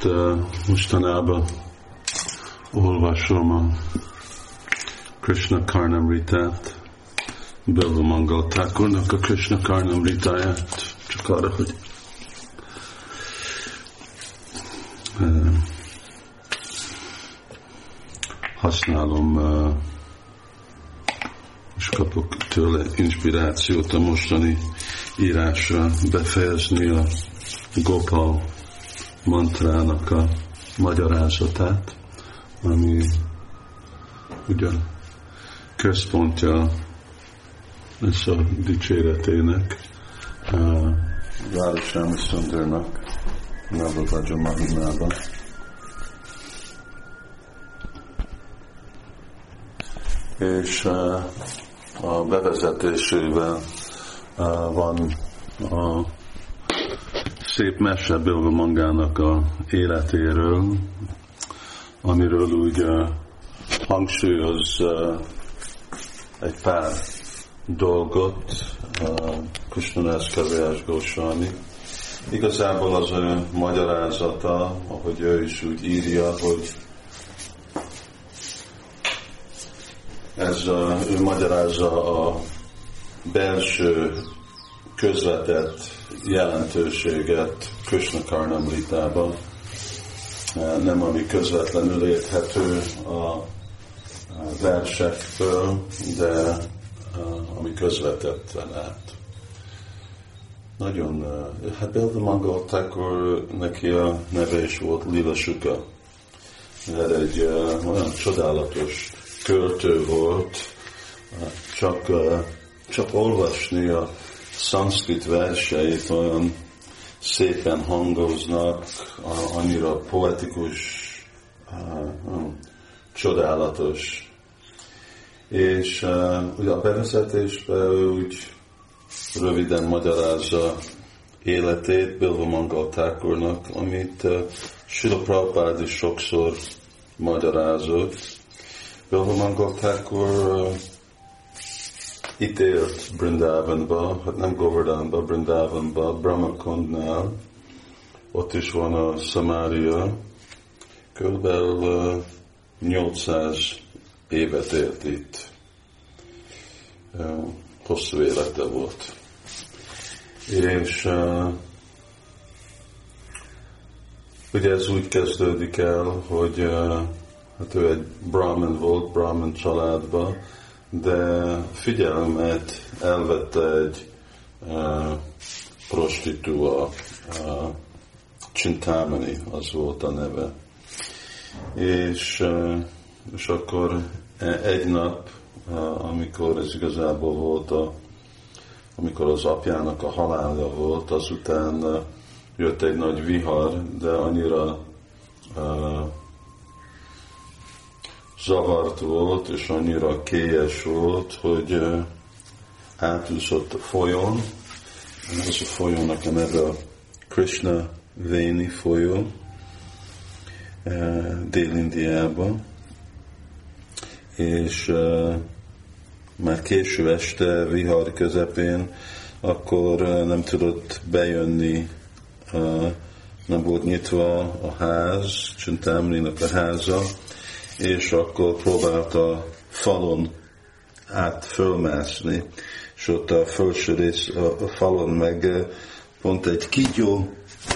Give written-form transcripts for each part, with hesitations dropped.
Mostanában olvasom a Krishna Karnamritát, Bilvamangal Thakurnak a Krishna Karnamritáját, csak arra, hogy használom, és kapok tőle inspirációt a mostani írásra befejezni a Gopal mantrának a magyarázatát, ami ugye központja lesz a dicséretének, Radha Shyama Sundarnak, Navavajra Mahinában. És a bevezetésével van a szép mese Bilvamangának a életéről, amiről úgy hangsúlyoz egy pár dolgot Krishnadás Kaviraj Goswami. Igazából az ő magyarázata, ahogy ő is úgy írja, hogy ő magyarázza a belső közvetett jelentőséget Krishna Karnamritában, nem ami közvetlenül érthető a versekből, de ami közvetetten át. Nagyon, hát Bilvamangal Thakur neki a neve is volt Lila Suka, mert egy olyan csodálatos költő volt, csak olvasni a szanszkrit verseit olyan szépen hangoznak, annyira poetikus, csodálatos. És ugye a bevezetésben ő úgy röviden magyarázza életét Bilvamangal Thakurnak, amit Srila Prabhupád is sokszor magyarázott. Bilvamangal Thakur itt élt Brindavanba, hát nem Govardhanba, Brindavanba, Brahmakundnál, ott is van a Samária, körülbelül 800 évet élt itt. Hosszú élete volt. És ugye ez úgy kezdődik el, hogy hát ő egy brahmin volt, brahmin családba, de figyelmet elvette egy prostitúa, Chintamani, az volt a neve. És akkor egy nap, amikor ez igazából volt, amikor az apjának a halála volt, azután jött egy nagy vihar, de annyira zavart volt, és annyira kélyes volt, hogy átúszott a folyón. Ez a folyónak a neve a Krishna Veni folyó, Dél-Indiában. És már késő este, vihar közepén, akkor nem tudott bejönni, nem volt nyitva a ház, Chintamaninak a háza, és akkor próbálta falon át fölmászni, és ott a felső rész a falon meg pont egy kígyó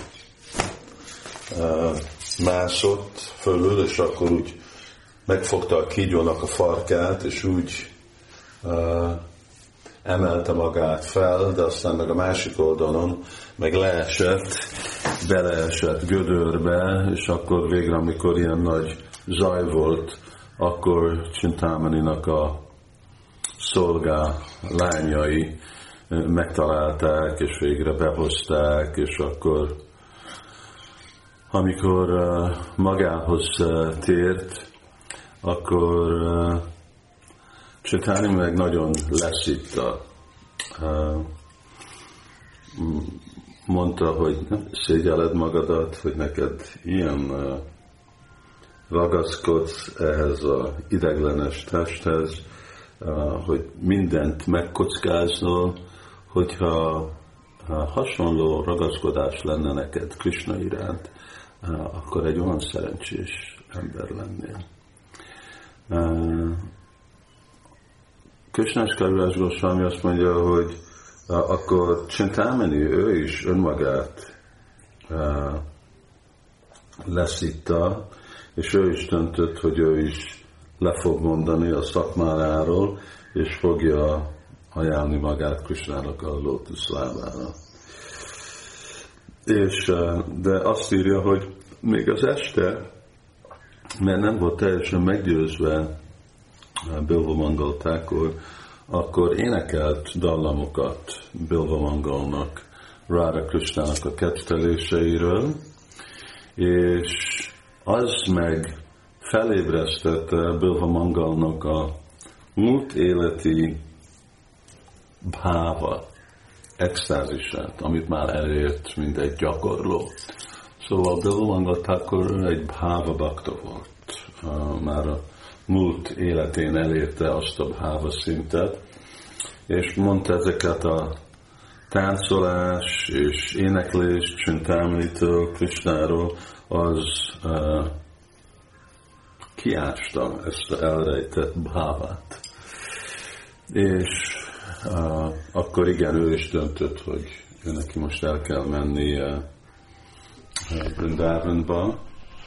mászott fölül, és akkor úgy megfogta a kígyónak a farkát, és úgy emelte magát fel, de aztán meg a másik oldalon meg leesett, beleesett gödörbe, és akkor végre, amikor ilyen nagy zaj volt, akkor Chintamaninak a szolgá lányai megtalálták, és végre behozták, és akkor amikor magához tért, akkor Chaitanya meg nagyon leszítta. Mondta, hogy szégyelled magadat, hogy neked ilyen ragaszkodsz ehhez az ideglenes testhez, hogy mindent megkockáznol, hogyha hasonló ragaszkodás lenne neked Krishna iránt, akkor egy olyan szerencsés ember lennél. Krishnás Kaviraj Goswami azt mondja, hogy akkor Csintamani, ő is önmagát leszítta, és ő is döntött, hogy ő is le fog mondani a szakmájáról, és fogja ajánlni magát Krishnának a lótuszlábára. De azt írja, hogy még az este, mert nem volt teljesen meggyőzve Bilva Mangal Thakur, akkor énekelt dallamokat Bilva Mangalnak, Radha Krishnának a ketteléseiről, és az meg felébresztette Bilva Mangalnak a múlt életi bháva, extázisát, amit már elért, mint egy gyakorló. Szóval Bilva Mangal Thakur egy bháva bakta volt. Már a múlt életén elérte azt a bháva szintet, és mondta ezeket a táncolás és éneklés Csintamanitől, Krishnáról, az kiásta ezt az elrejtett bhávát. És akkor igen, ő is döntött, hogy ő neki most el kell menni Vrindavanba,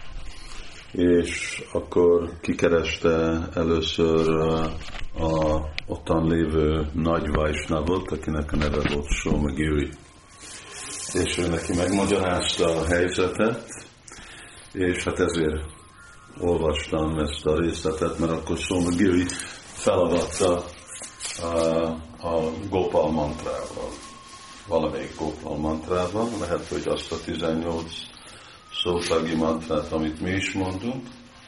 és akkor kikereste először a ottan lévő nagy Vaisnavot, akinek a neve volt Somagiri. És ő neki megmagyarázta a helyzetet, és hát ezért olvastam ezt a részletet, mert akkor Somagiri feladatta a Gopal mantrával, valamelyik Gopal mantrával, lehet, hogy azt a 18 szótagi mantrát, amit mi is mondunk,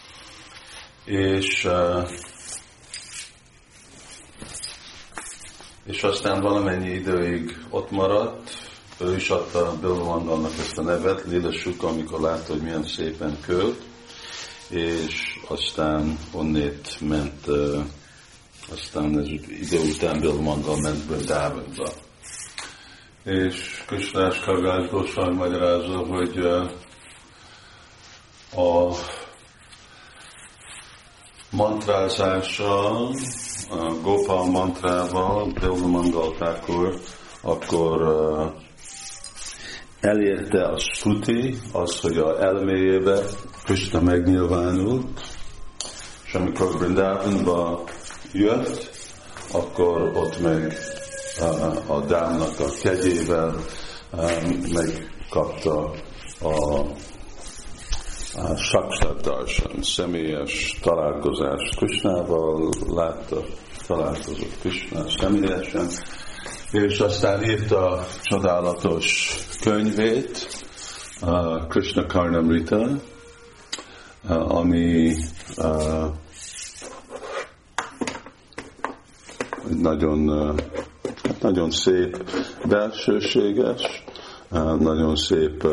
és aztán valamennyi időig ott maradt, ő is adta Bilva Mangalnak ezt a nevet, Lila Suka, amikor látta, hogy milyen szépen költ, és aztán onnét ment, aztán ez idő után Bilva Mangal ment Vrindavanba. És Krishnás Kaviraj Goswami magyarázza, hogy a mantrázással, a Gopal mantrával Bilva Mangal Thakur akkor elérte a Shruti, az, hogy a elméjébe Krishna megnyilvánult, és amikor Vrindavanba jött, akkor ott meg a dámnak a kegyével megkapta a Sakshat Darshan, személyes találkozást Krishnával, találkozott Krishna személyesen, és aztán írta csodálatos könyvét, Krishna Karnamrita, ami nagyon szép belsőséges, nagyon szép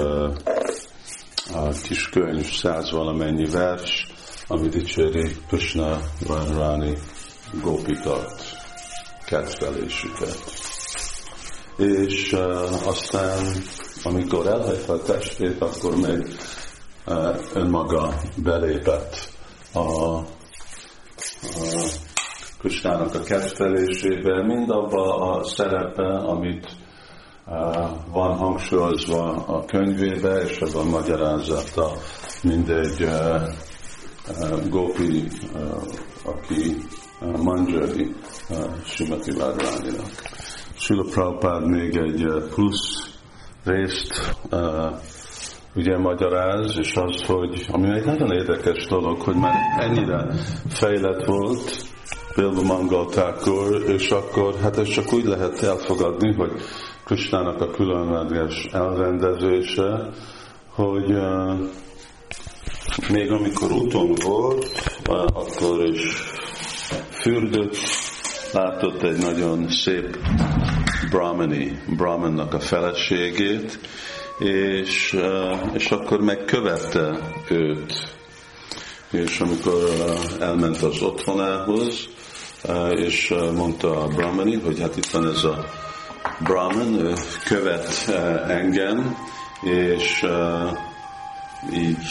kis könyv, 100 valamennyi vers, ami dicséri Krishna Radharani gópikat, kedvelésüket. És aztán, amikor elhagyta a testét, akkor még önmaga belépett a Krishnának a kedvelésébe, mindabba a szerepe, amit van hangsúlyozva a könyvébe, és abban magyarázata mindegy gópi, aki Manjari, Srimati Radharaninak. Srila Prabhupád még egy plusz részt ugye magyaráz, és az, hogy ami egy nagyon érdekes dolog, hogy már ennyire fejlett volt Bilva Mangal Thakur, és akkor hát ez csak úgy lehet elfogadni, hogy Krishnának a különleges elrendezése, hogy még amikor úton volt, akkor is fürdött, látott egy nagyon szép Brahmannak a feleségét, és akkor megkövette őt. És amikor elment az otthonához, és mondta a Brahmani, hogy hát itt van ez a Brahman, ő követ engem, így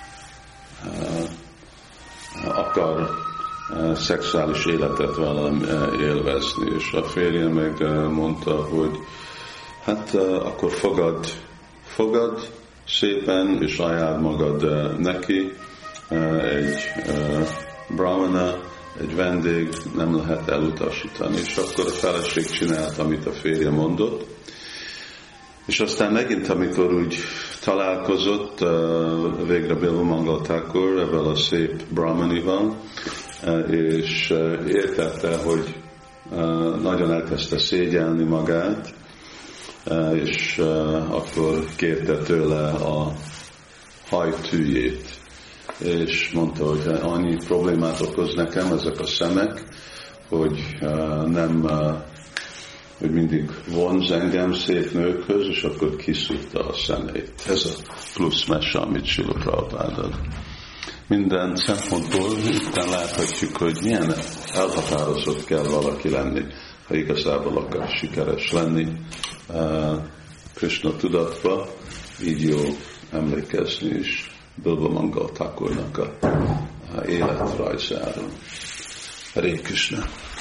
akar szexuális életet velem élvezni, és a férje meg mondta, hogy hát akkor fogad szépen, és ajánl magad neki, egy brahmana, egy vendég nem lehet elutasítani, és akkor a feleség csinált, amit a férje mondott, és aztán megint, amikor úgy találkozott végre Bilva Mangal Thakur ebben a szép brahmanival, és értette, hogy nagyon elkezdte szégyelni magát, és akkor kérte tőle a hajtűjét, és mondta, hogy annyi problémát okoz nekem ezek a szemek, hogy hogy mindig vonz engem szép nőkhöz, és akkor kiszúrta a szemét. Ez a plusz mese, amit Srila Prabhupád ad. Minden szempontból itt láthatjuk, hogy milyen elhatározott kell valaki lenni, ha igazából akar sikeres lenni Krishna tudatba, így jó emlékezni is Bilva Mangal Thakurnak a életrajzáról. Hare Krishna!